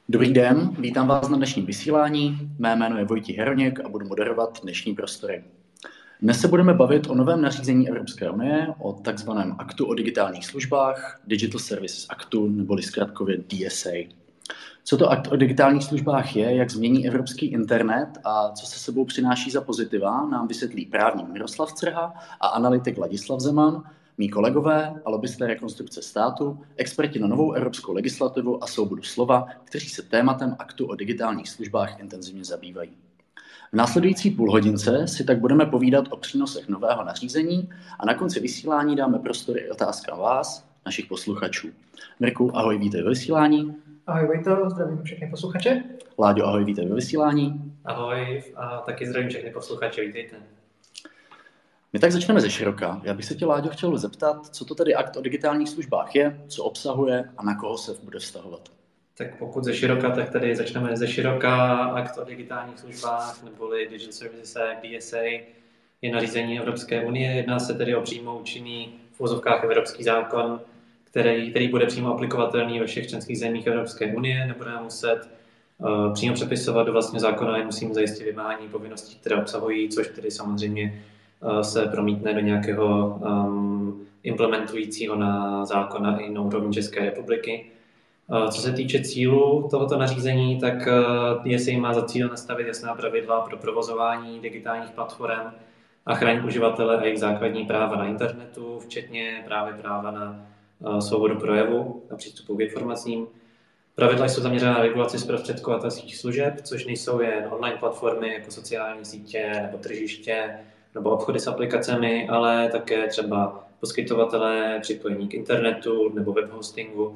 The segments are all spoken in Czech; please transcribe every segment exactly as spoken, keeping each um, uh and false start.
Dobrý den, vítám vás na dnešním vysílání. Mé jméno je Vojtěch Heroněk a budu moderovat dnešní prostory. Dnes se budeme bavit o novém nařízení Evropské unie, o takzvaném Aktu o digitálních službách, Digital Services Actu, neboli zkratkově D S A. Co to Akt o digitálních službách je, jak změní evropský internet a co se sebou přináší za pozitiva, nám vysvětlí právník Miroslav Crha a analytik Ladislav Zeman, mí kolegové a lobbysté Rekonstrukce státu, experti na novou evropskou legislativu a svobodu slova, kteří se tématem Aktu o digitálních službách intenzivně zabývají. V následující půlhodince si tak budeme povídat o přínosech nového nařízení a na konci vysílání dáme prostory i otázkám vás, našich posluchačů. Mirku, ahoj, vítej ve vysílání. Ahoj Vojto, zdravím všechny posluchače. Láďo, ahoj, vítej ve vysílání. Ahoj a taky zdravím všechny posluchače, vítejte. My tak začneme ze široka. Já bych se tě, Láďo, chtěl zeptat, co to tedy Akt o digitálních službách je, co obsahuje a na koho se bude vztahovat. Tak pokud ze široka, tak tady začneme ze široka. Akt o digitálních službách, neboli Digital Services Act, D S A, je nařízení Evropské unie. Jedná se tedy o přímo účinný v uvozovkách evropský zákon, který, který bude přímo aplikovatelný ve všech členských zemích Evropské unie. Nebudeme muset uh, přímo přepisovat do vlastního zákona, jen musíme zajistit vymáhání povinností, které obsahují, což tedy samozřejmě uh, se promítne do nějakého um, implementujícího na zákona i na úrovni České republiky. Co se týče cílu tohoto nařízení, tak D S A má za cíl nastavit jasná pravidla pro provozování digitálních platform a chránit uživatele a jejich základní práva na internetu, včetně právě práva na svobodu projevu a přístupu k informacím. Pravidla jsou zaměřená na regulaci zprostředkovatelských služeb, což nejsou jen online platformy jako sociální sítě nebo tržiště nebo obchody s aplikacemi, ale také třeba poskytovatelé připojení k internetu nebo web hostingu,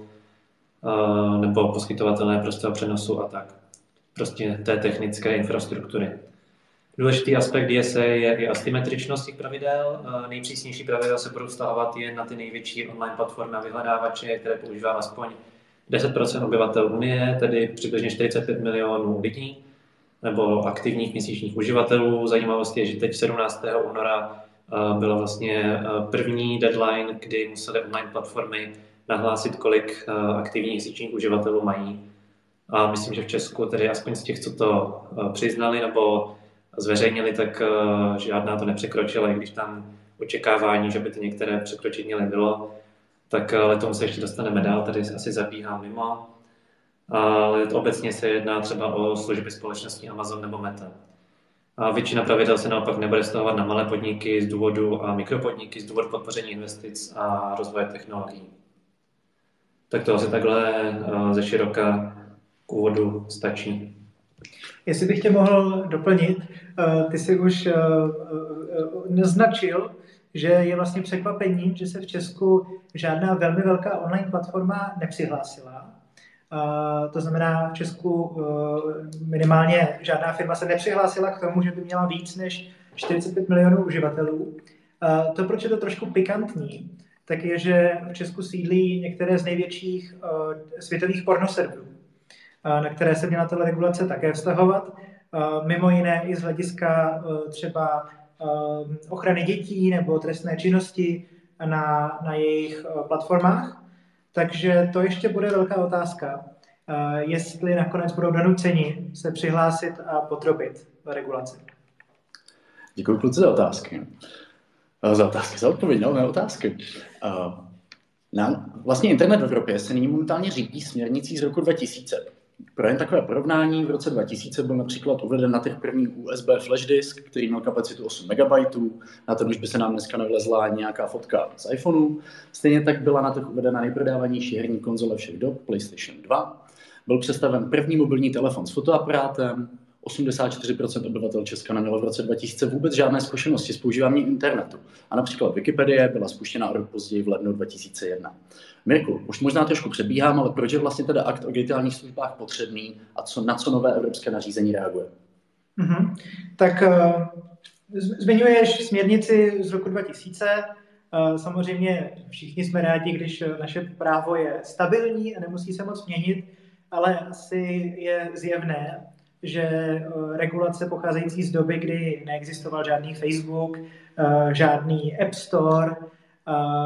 nebo poskytovatelé prostého přenosu a tak. Prostě té technické infrastruktury. Důležitý aspekt D S A je i asymetričnost těch pravidel. Nejpřísnější pravidla se budou vztahovat jen na ty největší online platformy a vyhledávače, které používá aspoň deset procent obyvatel Unie, tedy přibližně čtyřicet pět milionů lidí, nebo aktivních měsíčních uživatelů. Zajímavost je, že teď sedmnáctého února byla vlastně první deadline, kdy musely online platformy nahlásit, kolik uh, aktivních měsíčních uživatelů mají. A myslím, že v Česku, tedy aspoň z těch, co to uh, přiznali nebo zveřejnili, tak uh, žádná to nepřekročila, i když tam očekávání, že by to některé překročit měly bylo. Tak uh, letos se ještě dostaneme dál, tady asi zabíhám mimo. Ale obecně se jedná třeba o služby společnosti Amazon nebo Meta. A většina pravidel se naopak nebude vztahovat na malé podniky z důvodu a mikropodniky z důvodu podpoření investic a rozvoje technologií. Tak to asi takhle ze široka k úvodu stačí. Jestli bych tě mohl doplnit, ty jsi už naznačil, že je vlastně překvapení, že se v Česku žádná velmi velká online platforma nepřihlásila. To znamená, v Česku minimálně žádná firma se nepřihlásila k tomu, že by měla víc než čtyřicet pět milionů uživatelů. To, proč je to trošku pikantní, tak je, že v Česku sídlí některé z největších uh, světových pornoserverů, uh, na které se měla tato regulace také vztahovat, uh, mimo jiné i z hlediska uh, třeba uh, ochrany dětí nebo trestné činnosti na, na jejich uh, platformách. Takže to ještě bude velká otázka, uh, jestli nakonec budou donuceni se přihlásit a podrobit regulaci. Děkuji kluci za otázky. Za otázky, za odpověď, no, mé otázky. Uh, na, vlastně internet v Evropě se nyní momentálně řídí směrnicí z roku dva tisíce. Pro jen takové porovnání, v roce dva tisíce byl například uveden na trh první U S B flash disk, který měl kapacitu osm megabajtů, na ten už by se nám dneska nevlezla nějaká fotka z iPhoneu. Stejně tak byla na trh uvedena nejprodávanější herní konzole všech dob, PlayStation dva. Byl představen první mobilní telefon s fotoaparátem. osmdesát čtyři procent obyvatel Česka nemělo v roce dva tisíce vůbec žádné zkušenosti s používáním internetu. A například Wikipedie byla spuštěna o rok později v lednu dva tisíce jedna. Mirku, už možná trošku přebíhám, ale proč je vlastně teda Akt o digitálních službách potřebný a co, na co nové evropské nařízení reaguje? Mm-hmm. Tak uh, zmiňuješ směrnici z roku dva tisíce. Uh, samozřejmě všichni jsme rádi, když naše právo je stabilní a nemusí se moc měnit, ale asi je zjevné, že regulace pocházející z doby, kdy neexistoval žádný Facebook, žádný App Store,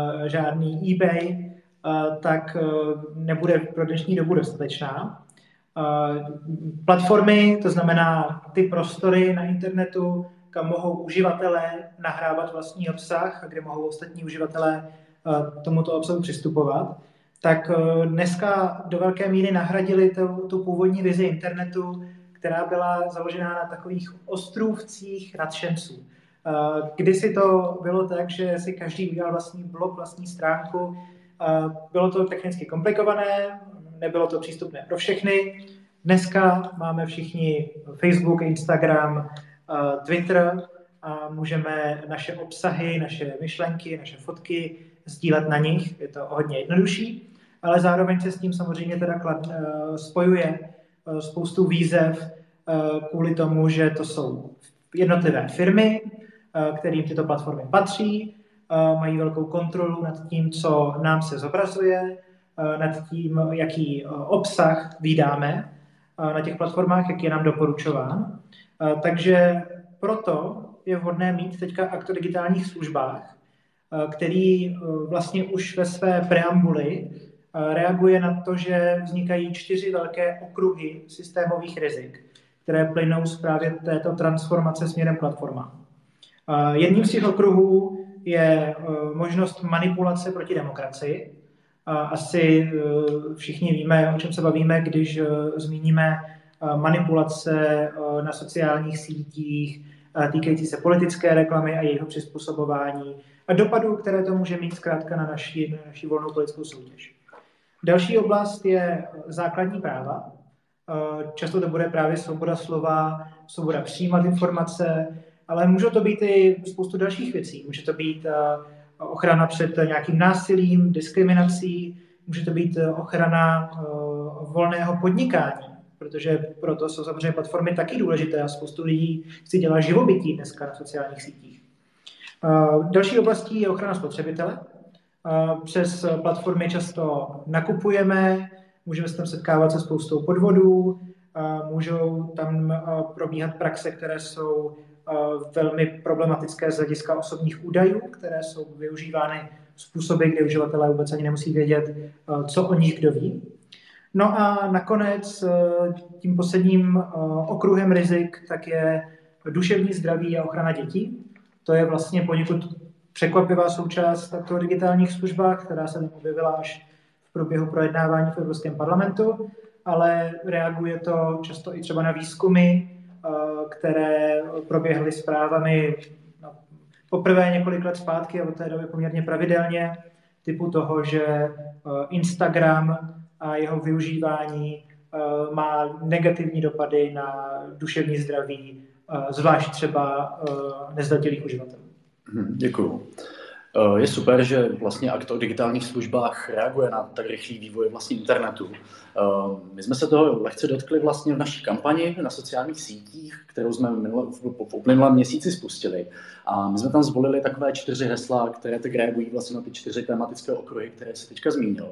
žádný eBay, tak nebude pro dnešní dobu dostatečná. Platformy, to znamená ty prostory na internetu, kam mohou uživatelé nahrávat vlastní obsah a kde mohou ostatní uživatelé tomuto obsahu přistupovat, tak dneska do velké míry nahradili tu, tu původní vizi internetu, která byla založená na takových ostrůvcích nadšenců. Kdysi to bylo tak, že si každý udělal vlastní blog, vlastní stránku. Bylo to technicky komplikované, nebylo to přístupné pro všechny. Dneska máme všichni Facebook, Instagram, Twitter a můžeme naše obsahy, naše myšlenky, naše fotky sdílet na nich. Je to hodně jednodušší, ale zároveň se s tím samozřejmě teda spojuje spoustu výzev kvůli tomu, že to jsou jednotlivé firmy, kterým tyto platformy patří, mají velkou kontrolu nad tím, co nám se zobrazuje, nad tím, jaký obsah vydáme na těch platformách, jak je nám doporučován. Takže proto je vhodné mít teďka akt o digitálních službách, který vlastně už ve své preambuli reaguje na to, že vznikají čtyři velké okruhy systémových rizik, které plynou z právě této transformace směrem k platformám. Jedním z těch okruhů je možnost manipulace proti demokracii. Asi všichni víme, o čem se bavíme, když zmíníme manipulace na sociálních sítích, týkající se politické reklamy a jejího přizpůsobování a dopadů, které to může mít zkrátka na naši, na naši volnou politickou soutěž. Další oblast je základní práva. Často to bude právě svoboda slova, svoboda přijímat informace, ale může to být i spoustu dalších věcí. Může to být ochrana před nějakým násilím, diskriminací, může to být ochrana volného podnikání, protože proto jsou samozřejmě platformy taky důležité a spoustu lidí si dělá živobytí dneska na sociálních sítích. Další oblastí je ochrana spotřebitele. Přes platformy často nakupujeme, můžeme se tam setkávat se spoustou podvodů, můžou tam probíhat praxe, které jsou velmi problematické z hlediska osobních údajů, které jsou využívány způsoby, kde uživatelé vůbec ani nemusí vědět, co o nich kdo ví. No a nakonec tím posledním okruhem rizik tak je duševní zdraví a ochrana dětí. To je vlastně poněkud překvapivá součást takto digitálních službách, která se tam objevila až v průběhu projednávání v Evropském parlamentu, ale reaguje to často i třeba na výzkumy, které proběhly zprávami no, poprvé několik let zpátky a od té doby poměrně pravidelně, typu toho, že Instagram a jeho využívání má negativní dopady na duševní zdraví, zvlášť třeba nezletilých uživatelů. Děkuju. Je super, že vlastně akt o digitálních službách reaguje na tak rychlý vývoj vlastně internetu. My jsme se toho lehce dotkli vlastně v naší kampani na sociálních sítích, kterou jsme v uplynulém měsíci spustili. A my jsme tam zvolili takové čtyři hesla, které tak reagují vlastně na ty čtyři tematické okruhy, které jsi teďka zmínil.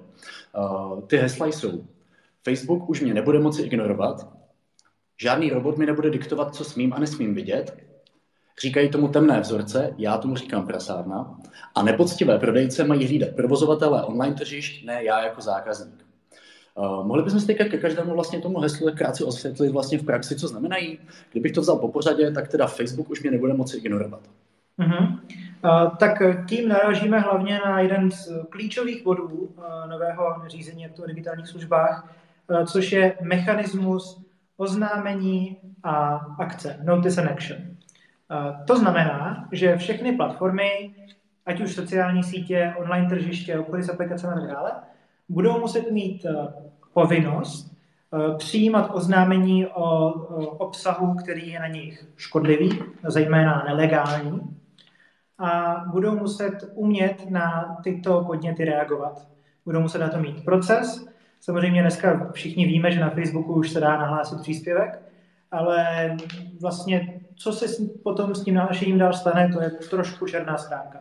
Ty hesla jsou: Facebook už mě nebude moci ignorovat, žádný robot mi nebude diktovat, co smím a nesmím vidět, říkají tomu temné vzorce, já tomu říkám prasárna, a nepoctivé prodejce mají hlídat provozovatele online tržišť, ne já jako zákazník. Uh, mohli bychom si teďka ke každému vlastně tomu heslu krátce osvětlit vlastně v praxi, co znamenají. Kdybych to vzal po pořadě, tak teda Facebook už mě nebude moci ignorovat. Uh-huh. Uh, tak tím narážíme hlavně na jeden z klíčových bodů uh, nového nařízení o digitálních službách, uh, což je mechanismus oznámení a akce, notice and action. To znamená, že všechny platformy, ať už sociální sítě, online tržiště, obchody s aplikacemi a tak dále, budou muset mít povinnost přijímat oznámení o obsahu, který je na nich škodlivý, zejména nelegální, a budou muset umět na tyto podněty reagovat. Budou muset na to mít proces. Samozřejmě dneska všichni víme, že na Facebooku už se dá nahlásit příspěvek, ale vlastně co se potom s tím nahlášením dál stane, to je trošku černá schránka.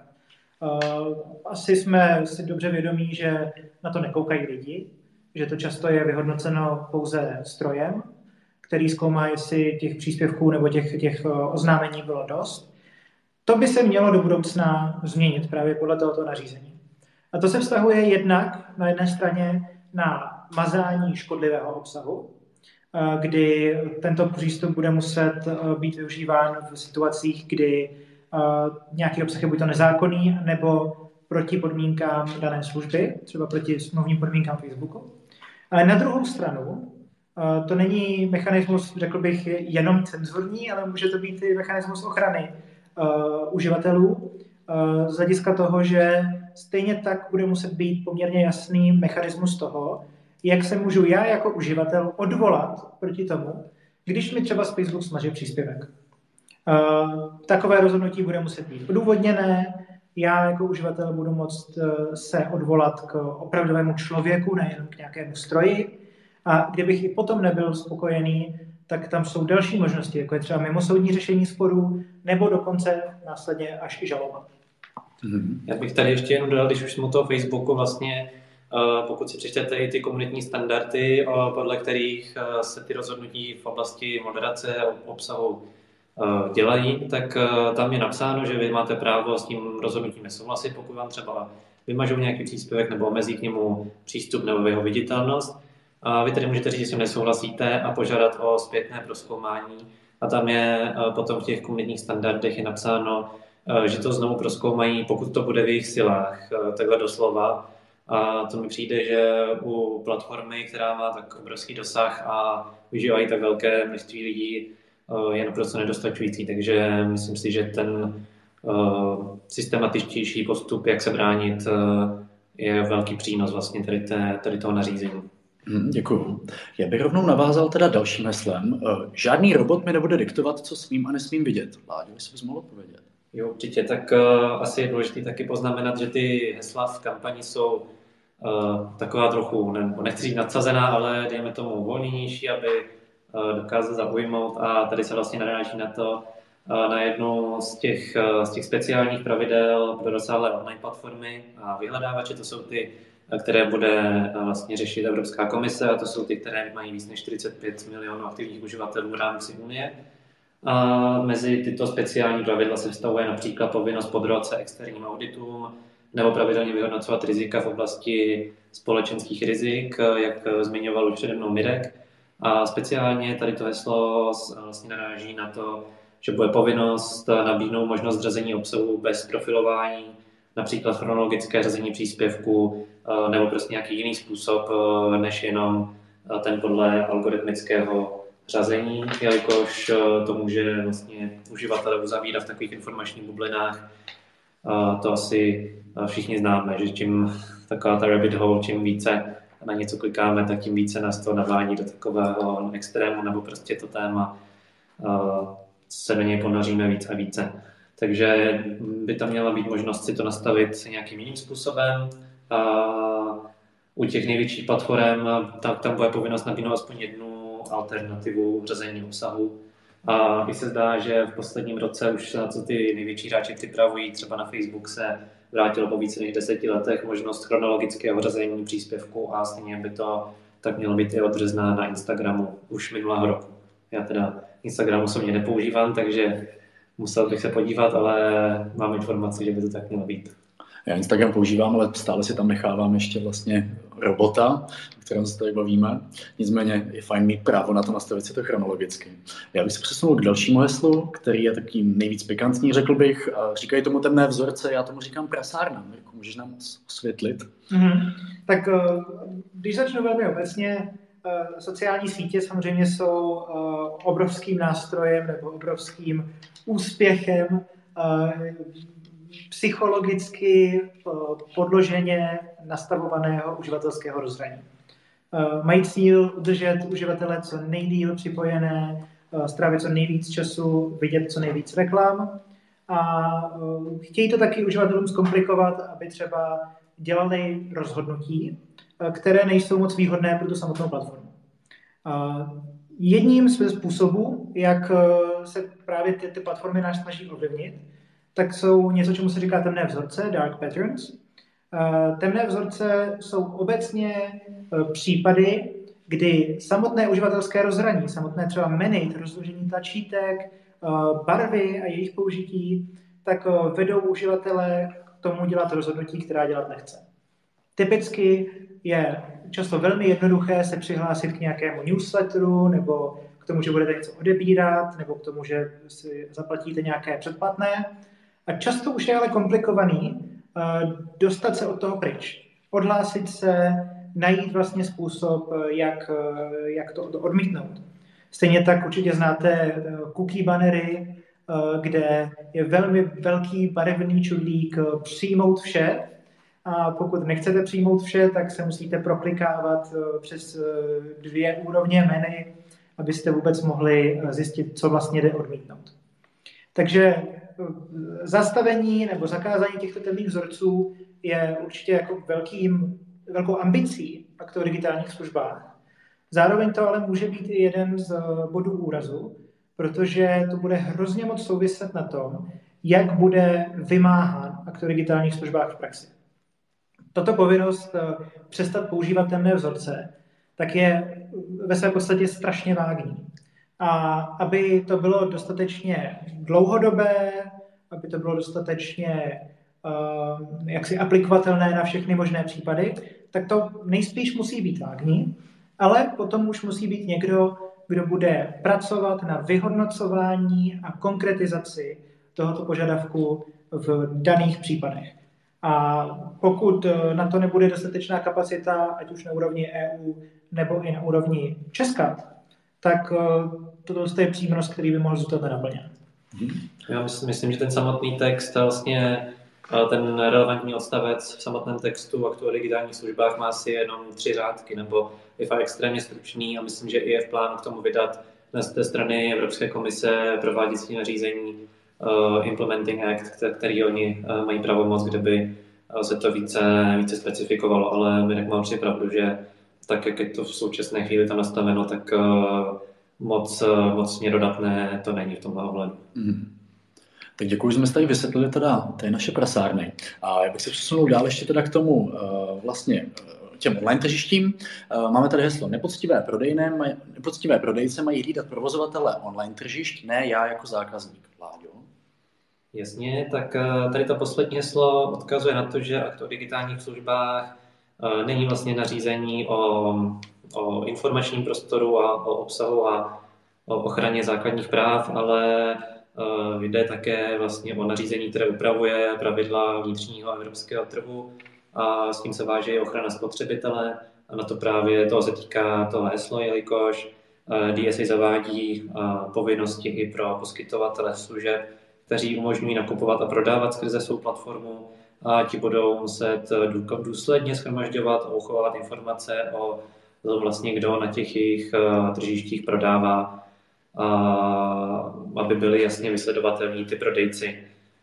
Asi jsme si dobře vědomí, že na to nekoukají lidi, že to často je vyhodnoceno pouze strojem, který zkoumá, jestli těch příspěvků nebo těch, těch oznámení bylo dost. To by se mělo do budoucna změnit právě podle tohoto nařízení. A to se vztahuje jednak na jedné straně na mazání škodlivého obsahu kdy tento přístup bude muset být využíván v situacích, kdy nějaký obsah je buď to nezákonný, nebo proti podmínkám dané služby, třeba proti smluvním podmínkám Facebooku. Ale na druhou stranu, to není mechanismus, řekl bych, jenom cenzurní, ale může to být i mechanismus ochrany uh, uživatelů uh, z hlediska toho, že stejně tak bude muset být poměrně jasný mechanismus toho, jak se můžu já jako uživatel odvolat proti tomu, když mi třeba z Facebook smaže příspěvek. Uh, takové rozhodnutí bude muset být odůvodněné, já jako uživatel budu moct uh, se odvolat k opravdovému člověku, nejen k nějakému stroji. A kdybych i potom nebyl spokojený, tak tam jsou další možnosti, jako je třeba mimosoudní řešení sporů, nebo dokonce následně až i žaloba. Já bych tady ještě jenom dodal, když už jsme u toho Facebooku, vlastně pokud si přečtete i ty komunitní standardy, podle kterých se ty rozhodnutí v oblasti moderace obsahu dělají, tak tam je napsáno, že vy máte právo s tím rozhodnutím nesouhlasit, pokud vám třeba vymažou nějaký příspěvek nebo omezí k němu přístup nebo jeho viditelnost. A vy tedy můžete říct, že s tím nesouhlasíte a požádat o zpětné prozkoumání. A tam je potom v těch komunitních standardech je napsáno, že to znovu prozkoumají, pokud to bude v jejich silách, takhle doslova. A to mi přijde, že u platformy, která má tak obrovský dosah a využívají tak velké množství lidí, je naprosto nedostačující. Takže myslím si, že ten systematičtější postup, jak se bránit, je velký přínos vlastně tady, té, tady toho nařízení. Děkuju. Já bych rovnou navázal teda dalším heslem. Žádný robot mi nebude diktovat, co smím a nesmím vidět. Láďo, jestli bys mohl odpovědět. Jo, určitě. Tak uh, asi je důležité taky poznamenat, že ty hesla v kampani jsou uh, taková trochu, ne, nechci říct nadsazená, ale dejme tomu volnější, aby uh, dokázal zaujmout. A tady se vlastně naráží na to, uh, na jednu z těch, uh, z těch speciálních pravidel pro rozsáhlé online platformy a vyhledávače. To jsou ty, které bude vlastně řešit Evropská komise, a to jsou ty, které mají víc než čtyřicet pět milionů aktivních uživatelů v rámci Unie. A mezi tyto speciální pravidla se vztahuje například povinnost podrobovat se externím auditům nebo pravidelně vyhodnocovat rizika v oblasti společenských rizik, jak zmiňoval už přede mnou Mirek. A speciálně tady to heslo vlastně naráží na to, že bude povinnost nabídnout možnost řazení obsahu bez profilování, například chronologické řazení příspěvku nebo prostě nějaký jiný způsob, než jenom ten podle algoritmického řazení, jelikož to může vlastně uživatele uzavírat v takových informačních bublinách. To asi všichni známe, že čím taková ta rabbit hole, čím více na něco klikáme, tak tím více nás to navádí do takového extrému, nebo prostě to téma se do něj ponoříme víc a více. Takže by tam měla být možnost si to nastavit nějakým jiným způsobem. A u těch největších platform tak tam bude povinnost nabídnout aspoň jednu alternativu řazení obsahu. A i se zdá, že v posledním roce už se na to ty největší hráči připravují. Třeba na Facebook se vrátilo po více než deseti letech možnost chronologického řazení příspěvku a stejně by to tak mělo být i od března na Instagramu už minulého roku. Já teda Instagram osobně nepoužívám, takže musel bych se podívat, ale mám informaci, že by to tak mělo být. Já Instagram používám, ale stále si tam nechávám ještě vlastně robota, o kterém se tady bavíme. Nicméně je fajn mít právo na to nastavit si to chronologicky. Já bych se přesunul k dalšímu heslu, který je taky nejvíc pikantní, řekl bych. Říkají tomu temné vzorce, já tomu říkám prasárna. Mirku, můžeš nám osvětlit? Mm-hmm. Tak když začnu velmi obecně, sociální sítě samozřejmě jsou obrovským nástrojem nebo obrovským úspěchem psychologicky podloženě nastavovaného uživatelského rozhraní. Mají cíl udržet uživatele co nejdýl připojené, strávit co nejvíc času, vidět co nejvíc reklam a chtějí to taky uživatelům zkomplikovat, aby třeba dělali rozhodnutí, které nejsou moc výhodné pro tu samotnou platformu. Jedním z způsobů, jak se právě ty, ty platformy nás snaží ovlivnit, tak jsou něco, čemu se říká temné vzorce, dark patterns. Temné vzorce jsou obecně případy, kdy samotné uživatelské rozhraní, samotné třeba menu, rozložení tlačítek, barvy a jejich použití, tak vedou uživatele k tomu dělat rozhodnutí, která dělat nechce. Typicky je často velmi jednoduché se přihlásit k nějakému newsletteru, nebo k tomu, že budete něco odebírat, nebo k tomu, že si zaplatíte nějaké předplatné. A často už je ale komplikovaný uh, dostat se od toho pryč. Odhlásit se, najít vlastně způsob, jak, jak to odmítnout. Stejně tak určitě znáte cookie bannery, kde je velmi velký barevný čudlík přijmout vše. A pokud nechcete přijmout vše, tak se musíte proklikávat přes dvě úrovně menu, abyste vůbec mohli zjistit, co vlastně jde odmítnout. Takže zastavení nebo zakázání těchto temných vzorců je určitě jako velkým, velkou ambicí aktu o digitálních službách. Zároveň to ale může být i jeden z bodů úrazu, protože to bude hrozně moc souviset na tom, jak bude vymáhán akt o digitálních službách v praxi. Tato povinnost přestat používat temné vzorce, tak je ve své podstatě strašně vágní. A aby to bylo dostatečně dlouhodobé, aby to bylo dostatečně uh, jaksi aplikovatelné na všechny možné případy, tak to nejspíš musí být vágní, ale potom už musí být někdo, kdo bude pracovat na vyhodnocování a konkretizaci tohoto požadavku v daných případech. A pokud na to nebude dostatečná kapacita, ať už na úrovni E U nebo i na úrovni Česka, tak to je přínos, který by mohl zůstat nenaplněn. Já myslím, myslím, že ten samotný text, vlastně ten relevantní odstavec v samotném textu aktu o digitálních službách má asi jenom tři řádky, nebo je fakt extrémně stručný a myslím, že i je v plánu k tomu vydat z té strany Evropské komise prováděcí nařízení uh, Implementing Act, který oni uh, mají pravomoc, kde by uh, se to více, více specifikovalo, ale Mirek má určitě pravdu, že tak, jak je to v současné chvíli tam nastaveno, tak uh, moc, uh, moc směrodatné to není v tomhle ohledu. Mm. Tak děkuji, že jsme tady vysvětlili teda ty naše prasárny. A já bych se přesunul dál ještě teda k tomu uh, vlastně těm online tržištím. Uh, máme tady heslo nepoctivé prodejné, maj, nepoctivé prodejce mají hlídat provozovatele online tržišť, ne já jako zákazník. Láďo? Jasně, tak uh, tady to poslední heslo odkazuje na to, že akt o digitálních službách uh, není vlastně nařízení o, o informačním prostoru a o obsahu a o ochraně základních práv, ale Uh, jde také vlastně o nařízení, které upravuje pravidla vnitřního a evropského trhu a s tím se váže i ochrana spotřebitele a na to právě toho se týká toho heslo, jelikož uh, D S A zavádí uh, povinnosti i pro poskytovatele služeb, kteří umožňují nakupovat a prodávat skrze svou platformu a ti budou muset důsledně shromažďovat a uchovávat informace o tom vlastně, kdo na těch jejich uh, tržištích prodává, a aby byly jasně vysledovatelní ty prodejci.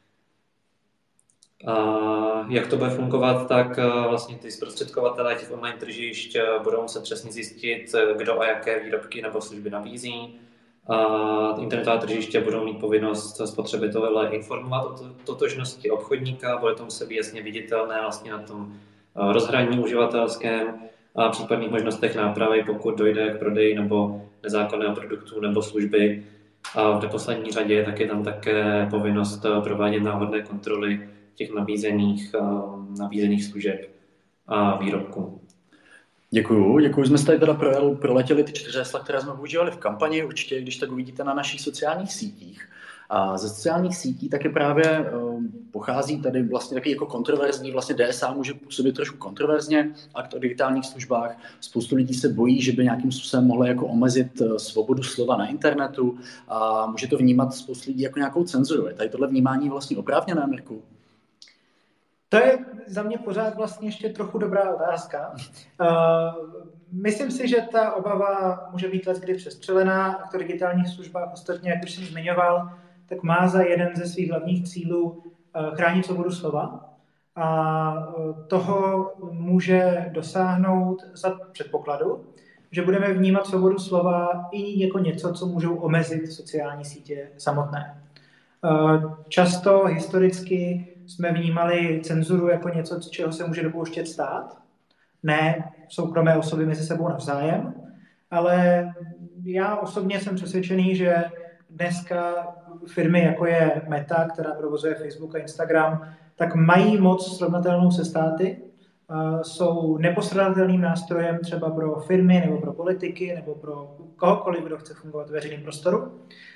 A jak to bude fungovat, tak vlastně ty zprostředkovatelé těch online tržišť budou muset přesně zjistit, kdo a jaké výrobky nebo služby nabízí. A internetová tržiště budou mít povinnost spotřebitele informovat o totožnosti obchodníka, bude to muset být jasně viditelné vlastně na tom rozhraní uživatelském a případných možnostech nápravy, pokud dojde k prodeji nebo nezákonného produktu nebo služby. A v neposlední řadě je taky tam také povinnost provádět náhodné kontroly těch nabízených, nabízených služeb a výrobků. Děkuju, děkuju. Jsme tady teda proletěli ty čtyři hesla, které jsme používali v kampani, určitě, když tak uvidíte na našich sociálních sítích. A ze sociálních sítí taky právě um, pochází tady vlastně taky jako kontroverzní, vlastně D S A může působit trošku kontroverzně, akt o digitálních službách. Spoustu lidí se bojí, že by nějakým způsobem mohlo jako omezit uh, svobodu slova na internetu a může to vnímat spoustu lidí jako nějakou cenzuru. Je tady tohle vnímání vlastně oprávněné, Mirku? To je za mě pořád vlastně ještě trochu dobrá otázka. Uh, myslím si, že ta obava může být leckdy přestřelená. Akt o digitálních službách ostatně, jak už jsem zmiňoval, tak má za jeden ze svých hlavních cílů chránit svobodu slova a toho může dosáhnout za předpokladu, že budeme vnímat svobodu slova i jako něco, co můžou omezit sociální sítě samotné. Často historicky jsme vnímali cenzuru jako něco, z čeho se může dopouštět stát, ne soukromé osoby mezi sebou navzájem, ale já osobně jsem přesvědčený, že dneska firmy, jako je Meta, která provozuje Facebook a Instagram, tak mají moc srovnatelnou se státy, jsou nepostradatelným nástrojem třeba pro firmy nebo pro politiky nebo pro kohokoliv, kdo chce fungovat v veřejném prostoru.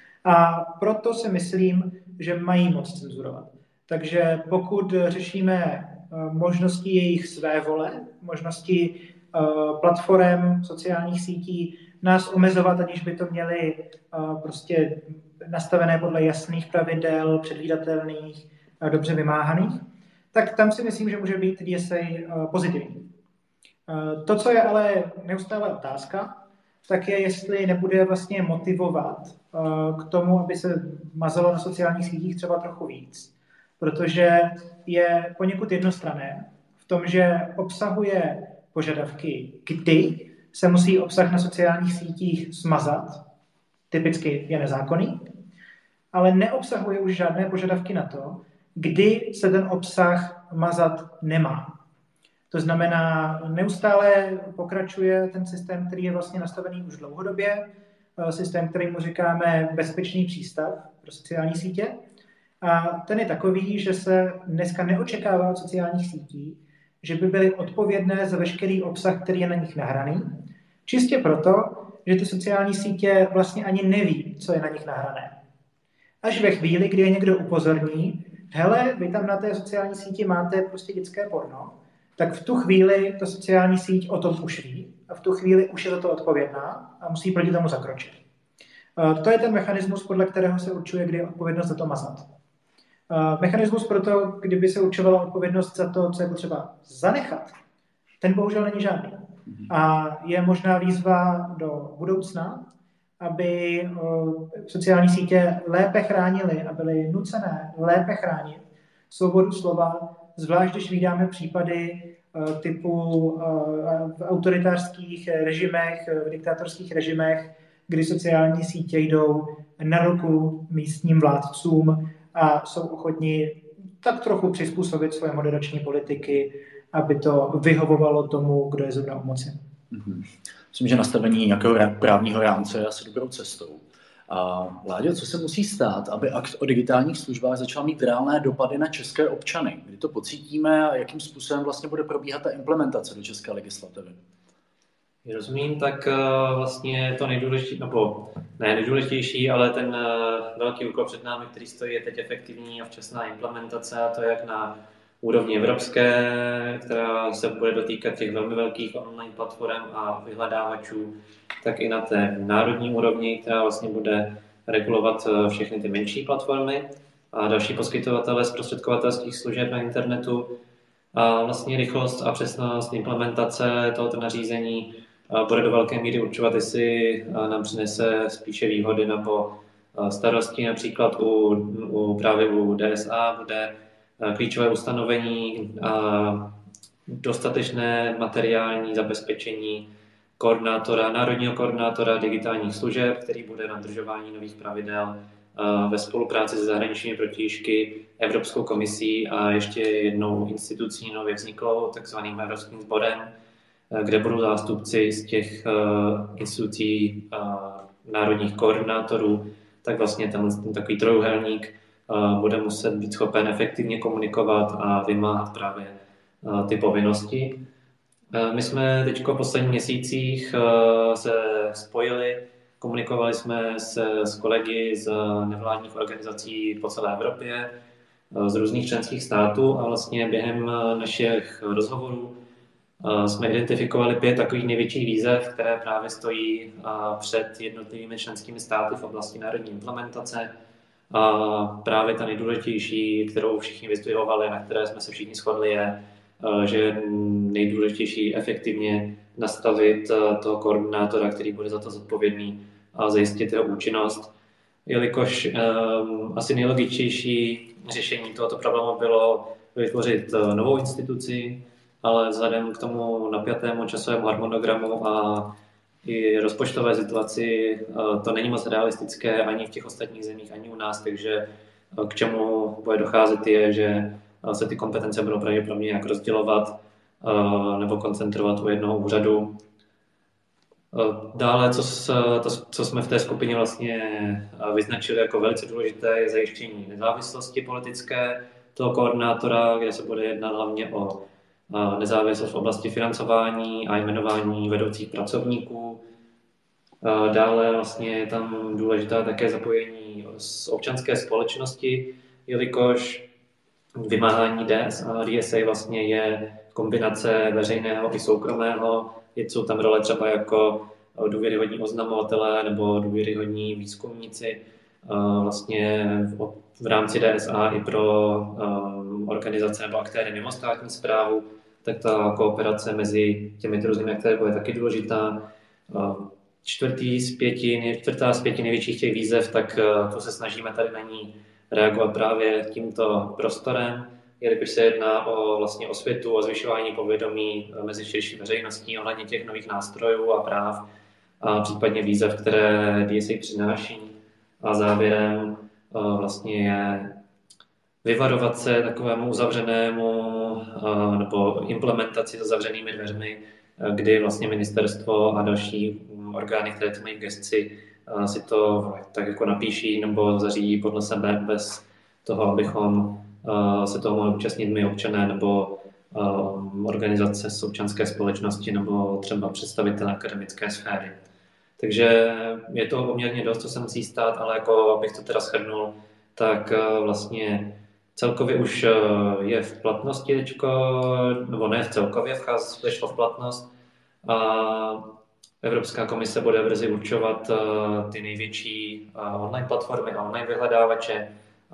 A proto si myslím, že mají moc cenzurovat. Takže pokud řešíme možnosti jejich svévole, možnosti platform, sociálních sítí, nás omezovat, aniž by to měli prostě nastavené podle jasných pravidel, předvídatelných, dobře vymáhaných, tak tam si myslím, že může být D S A pozitivní. To, co je ale neustále otázka, tak je, jestli nebude vlastně motivovat k tomu, aby se mazalo na sociálních sítích třeba trochu víc, protože je poněkud jednostranné v tom, že obsahuje požadavky, kdy se musí obsah na sociálních sítích smazat, typicky je nezákonný, ale neobsahuje už žádné požadavky na to, kdy se ten obsah mazat nemá. To znamená, neustále pokračuje ten systém, který je vlastně nastavený už dlouhodobě, systém, který mu říkáme bezpečný přístav pro sociální sítě. A ten je takový, že se dneska neočekává od sociálních sítí, že by byly odpovědné za veškerý obsah, který je na nich nahraný, čistě proto, že ty sociální sítě vlastně ani neví, co je na nich nahrané. Až ve chvíli, kdy je někdo upozorní, hele, vy tam na té sociální síti máte prostě dětské porno, tak v tu chvíli ta sociální síť o tom už ví a v tu chvíli už je za to odpovědná a musí proti tomu zakročit. To je ten mechanismus, podle kterého se určuje, kdy je odpovědnost za to mazat. Mechanismus pro to, kdyby se určovala odpovědnost za to, co je potřeba zanechat, ten bohužel není žádný. A je možná výzva do budoucna, aby sociální sítě lépe chránily a byly nucené lépe chránit svobodu slova, zvlášť když vydáme případy typu v autoritářských režimech, v diktátorských režimech, kdy sociální sítě jdou na ruku místním vládcům a jsou ochotní tak trochu přizpůsobit svoje moderační politiky, aby to vyhovovalo tomu, kdo je zrovna u moci. Mm-hmm. Myslím, že nastavení nějakého právního rámce je asi dobrou cestou. A Láďo, co se musí stát, aby akt o digitálních službách začal mít reálné dopady na české občany? Kdy to pocítíme a jakým způsobem vlastně bude probíhat ta implementace do české legislativy? Rozumím, tak vlastně to nejdůležitější, nebo ne nejdůležitější, ale ten velký úkol před námi, který stojí, je teď efektivní a včasná implementace, a to jak na úrovni evropské, která se bude dotýkat těch velmi velkých online platform a vyhledávačů, tak i na té národní úrovni, která vlastně bude regulovat všechny ty menší platformy a další poskytovatele zprostředkovatelských služeb na internetu. A vlastně rychlost a přesnost implementace tohoto nařízení bude do velké míry určovat, jestli nám přinese spíše výhody nebo starosti. Například u, u právě u D S A bude klíčové ustanovení a dostatečné materiální zabezpečení koordinátora, národního koordinátora digitálních služeb, který bude na dodržování nových pravidel ve spolupráci se zahraničními protějšky, Evropskou komisí a ještě jednou institucí nově vzniklou, takzvaným Evropským sborem, kde budou zástupci z těch institucí národních koordinátorů, tak vlastně ten, ten takový trojuhelník bude muset být schopen efektivně komunikovat a vymáhat právě ty povinnosti. My jsme teď v posledních měsících se spojili, komunikovali jsme se s kolegy z nevládních organizací po celé Evropě, z různých členských států, a vlastně během našich rozhovorů jsme identifikovali pět takových největších výzev, které právě stojí před jednotlivými členskými státy v oblasti národní implementace. A právě ta nejdůležitější, kterou všichni vyzdvihovali, na které jsme se všichni shodli, je, že je nejdůležitější efektivně nastavit toho koordinátora, který bude za to zodpovědný, a zajistit jeho účinnost. Jelikož um, asi nejlogičtější řešení tohoto problému bylo vytvořit novou instituci, ale vzhledem k tomu napjatému časovému harmonogramu a i rozpočtové situaci to není moc realistické ani v těch ostatních zemích, ani u nás, takže k čemu bude docházet je, že se ty kompetence budou pravděpodobně nějak rozdělovat nebo koncentrovat u jednoho úřadu. Dále, co, to, co jsme v té skupině vlastně vyznačili jako velice důležité, je zajištění nezávislosti politické toho koordinátora, kde se bude jednat hlavně o nezávislost v oblasti financování a jmenování vedoucích pracovníků. Dále vlastně je tam důležitá také zapojení z občanské společnosti, jelikož vymáhání D S A, D S A vlastně je kombinace veřejného i soukromého. Jsou tam role třeba jako důvěryhodní oznamovatelé nebo důvěryhodní výzkumníci vlastně v rámci D S A i pro organizace nebo aktéry mimo státní správu, tak ta kooperace mezi těmi různými aktéry je taky důležitá. Čtvrtý z pěti, čtvrtá z pěti největších těch výzev, tak to se snažíme tady na ní reagovat právě tímto prostorem, jelikož se jedná o vlastně osvětu a zvyšování povědomí mezi širší veřejností ohledně těch nových nástrojů a práv a případně výzev, které D S A přináší. A závěrem vlastně je vyvarovat se takovému uzavřenému nebo implementaci za zavřenými dveřmi, kdy vlastně ministerstvo a další orgány, které to mají v gesci, si to tak jako napíší nebo zařídí podle sebe bez toho, abychom se toho mohli účastnit my občané nebo organizace z občanské společnosti nebo třeba představitelé akademické sféry. Takže je to poměrně dost, co se musí stát, ale jako abych to teda shrnul, tak vlastně celkově už je v platnosti teďko, nebo ne v celkově, vešlo v platnost a Evropská komise bude brzy určovat ty největší online platformy a online vyhledávače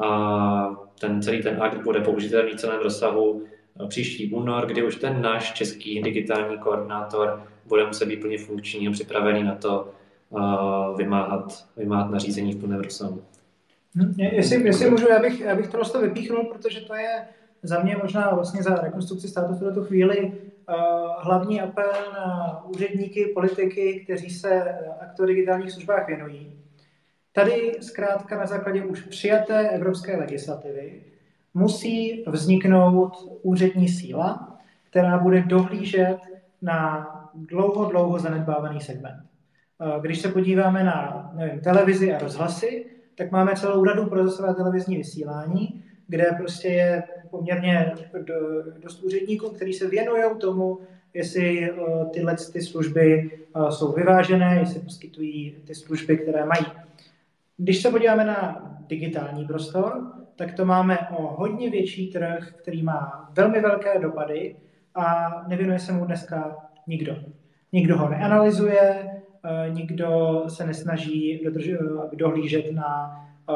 a ten celý ten akt bude použitelný v celém rozsahu příští únor, kdy už ten náš český digitální koordinátor bude muset být plně funkční a připravený na to uh, vymáhat, vymáhat nařízení v plném rozsahu. Hmm, jestli, jestli můžu, já bych, já bych to vypíchnul, protože to je za mě možná vlastně za Rekonstrukci státu v tuto chvíli uh, hlavní apel na úředníky, politiky, kteří se aktu o digitálních službách věnují. Tady zkrátka na základě už přijaté evropské legislativy musí vzniknout úřední síla, která bude dohlížet na dlouho, dlouho zanedbávaný segment. Když se podíváme na nevím, televizi a rozhlasy, tak máme celou radu pro rozhlasové televizní vysílání, kde prostě je poměrně dost úředníků, kteří se věnují tomu, jestli tyhle ty služby jsou vyvážené, jestli poskytují ty služby, které mají. Když se podíváme na digitální prostor, tak to máme o hodně větší trh, který má velmi velké dopady a nevěnuje se mu dneska nikdo. Nikdo ho neanalyzuje, nikdo se nesnaží dohlížet na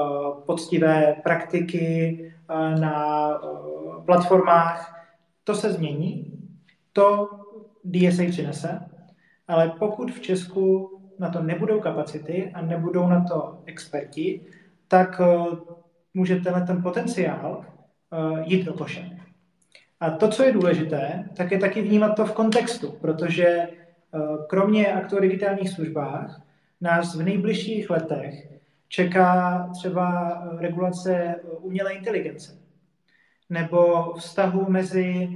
poctivé praktiky na platformách. To se změní, to D S A přinese, ale pokud v Česku na to nebudou kapacity a nebudou na to experti, tak může tenhle ten potenciál jít do koše. A to, co je důležité, tak je taky vnímat to v kontextu, protože kromě aktu o digitálních službách nás v nejbližších letech čeká třeba regulace umělé inteligence nebo vztahu mezi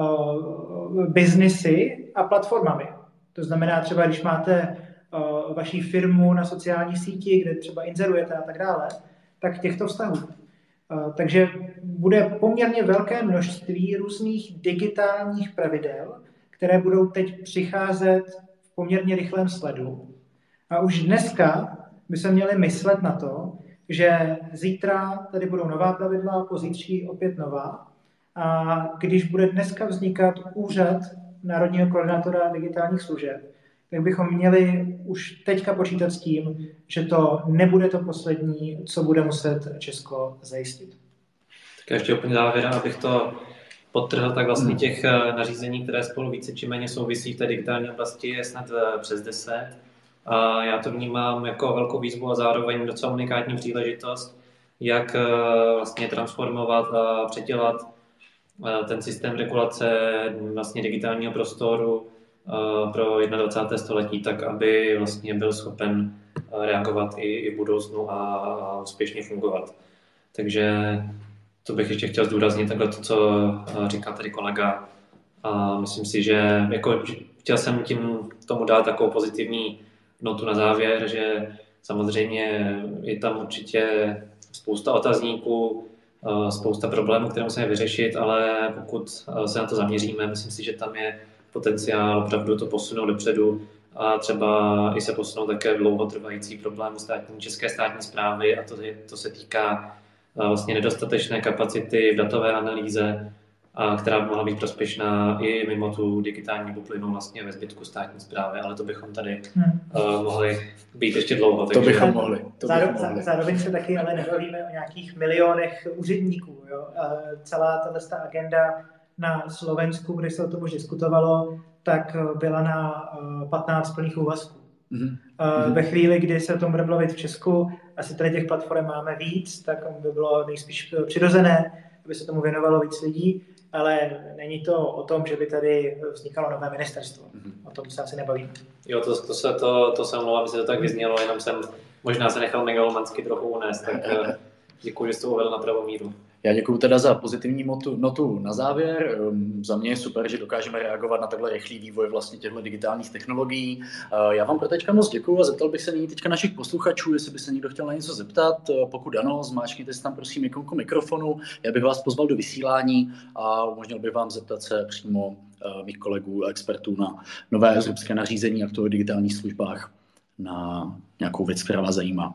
biznesy a platformami. To znamená třeba, když máte vaší firmu na sociální síti, kde třeba inzerujete a tak dále, tak těchto vztahů. Takže bude poměrně velké množství různých digitálních pravidel, které budou teď přicházet v poměrně rychlém sledu. A už dneska by se měli myslet na to, že zítra tady budou nová pravidla, pozítří opět nová. A když bude dneska vznikat úřad Národního koordinátora digitálních služeb, tak bychom měli už teďka počítat s tím, že to nebude to poslední, co bude muset Česko zajistit. Tak ještě úplně závěrem, abych to podtrhl, tak vlastně těch nařízení, které spolu více či méně souvisí v té digitální oblasti, je snad přes deset. A já to vnímám jako velkou výzvu a zároveň docela unikátní příležitost, jak vlastně transformovat a předělat ten systém regulace vlastně digitálního prostoru pro dvacáté první století, tak aby vlastně byl schopen reagovat i, i v budoucnu a, a úspěšně fungovat. Takže to bych ještě chtěl zdůraznit takhle to, co říká tady kolega. A myslím si, že jako, chtěl jsem tím tomu dát takovou pozitivní notu na závěr, že samozřejmě je tam určitě spousta otazníků, spousta problémů, které musíme vyřešit, ale pokud se na to zaměříme, myslím si, že tam je potenciál opravdu to posunout dopředu a třeba i se posunout také dlouhotrvající problémy státní, české státní správy, a to, je, to se týká vlastně nedostatečné kapacity v datové analýze, a která by mohla být prospěšná i mimo tu digitální bublinu vlastně ve zbytku státní správy, ale to bychom tady hmm. uh, mohli být ještě dlouho. Takže... To bychom mohli. To zároveň, bychom mohli. Zároveň se taky ale nebavíme o nějakých milionech úředníků. Jo? Celá tato agenda na Slovensku, kde se o tom už diskutovalo, tak byla na patnáct plných úvazků. Mm-hmm. Ve chvíli, kdy se o tom bude mluvit v Česku, asi tady těch platform máme víc, tak by bylo nejspíš přirozené, aby se tomu věnovalo víc lidí, ale není to o tom, že by tady vznikalo nové ministerstvo. Mm-hmm. O tom se asi nebavíme. Jo, to, to se to, to se omlouvám, že to tak vyznělo, jenom jsem možná se nechal megalomansky trochu unést, tak děkuji, že jste to uvedl na pravou míru. Já děkuji teda za pozitivní notu, notu na závěr. Um, za mě je super, že dokážeme reagovat na takhle rychlý vývoj vlastně těchto digitálních technologií. Uh, já vám pro teďka moc děkuji a zeptal bych se nyní teďka našich posluchačů, jestli by se někdo chtěl na něco zeptat. Uh, pokud ano, zmáčkněte si tam prosím ikonku mikrofonu. Já bych vás pozval do vysílání a umožnil bych vám zeptat se přímo uh, mých kolegů a expertů na nové evropské nařízení a o digitálních službách na nějakou věc, která vás zajímá.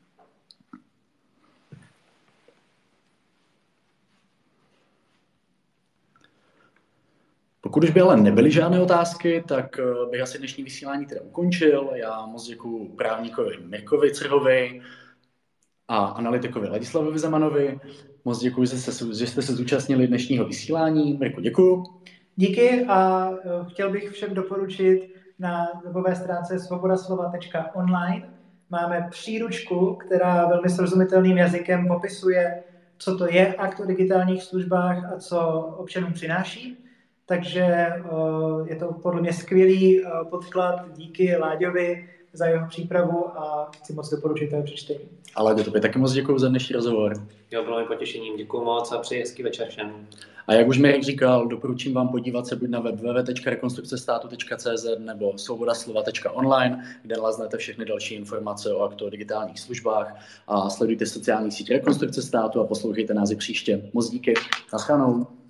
Pokud už by ale nebyly žádné otázky, tak bych asi dnešní vysílání teda ukončil. Já moc děkuji právníkovi Mirkovi Crhovi a analytikovi Ladislavovi Zemanovi. Moc děkuji, že jste se zúčastnili dnešního vysílání. Mirku, děkuji. Díky a chtěl bych všem doporučit na webové stránce svobodaslova tečka online. Máme příručku, která velmi srozumitelným jazykem popisuje, co to je akt o digitálních službách a co občanům přináší. Takže uh, je to podle mě skvělý uh, podklad. Díky Láďovi za jeho přípravu a chci moc doporučit jeho přečtení. Ale tobě taky moc děkuji za dnešní rozhovor. Jo, bylo mi potěšením. Děkuji moc a přeji hezký večer všem. A jak už Mirek říkal, doporučím vám podívat se buď na web w w w tečka rekonstrukce státu tečka c z nebo svobodaslova tečka online, kde naleznete všechny další informace o aktu o digitálních službách a sledujte sociální sítě Rekonstrukce státu a poslouchejte nás i příště. Moc díky. Naschledanou.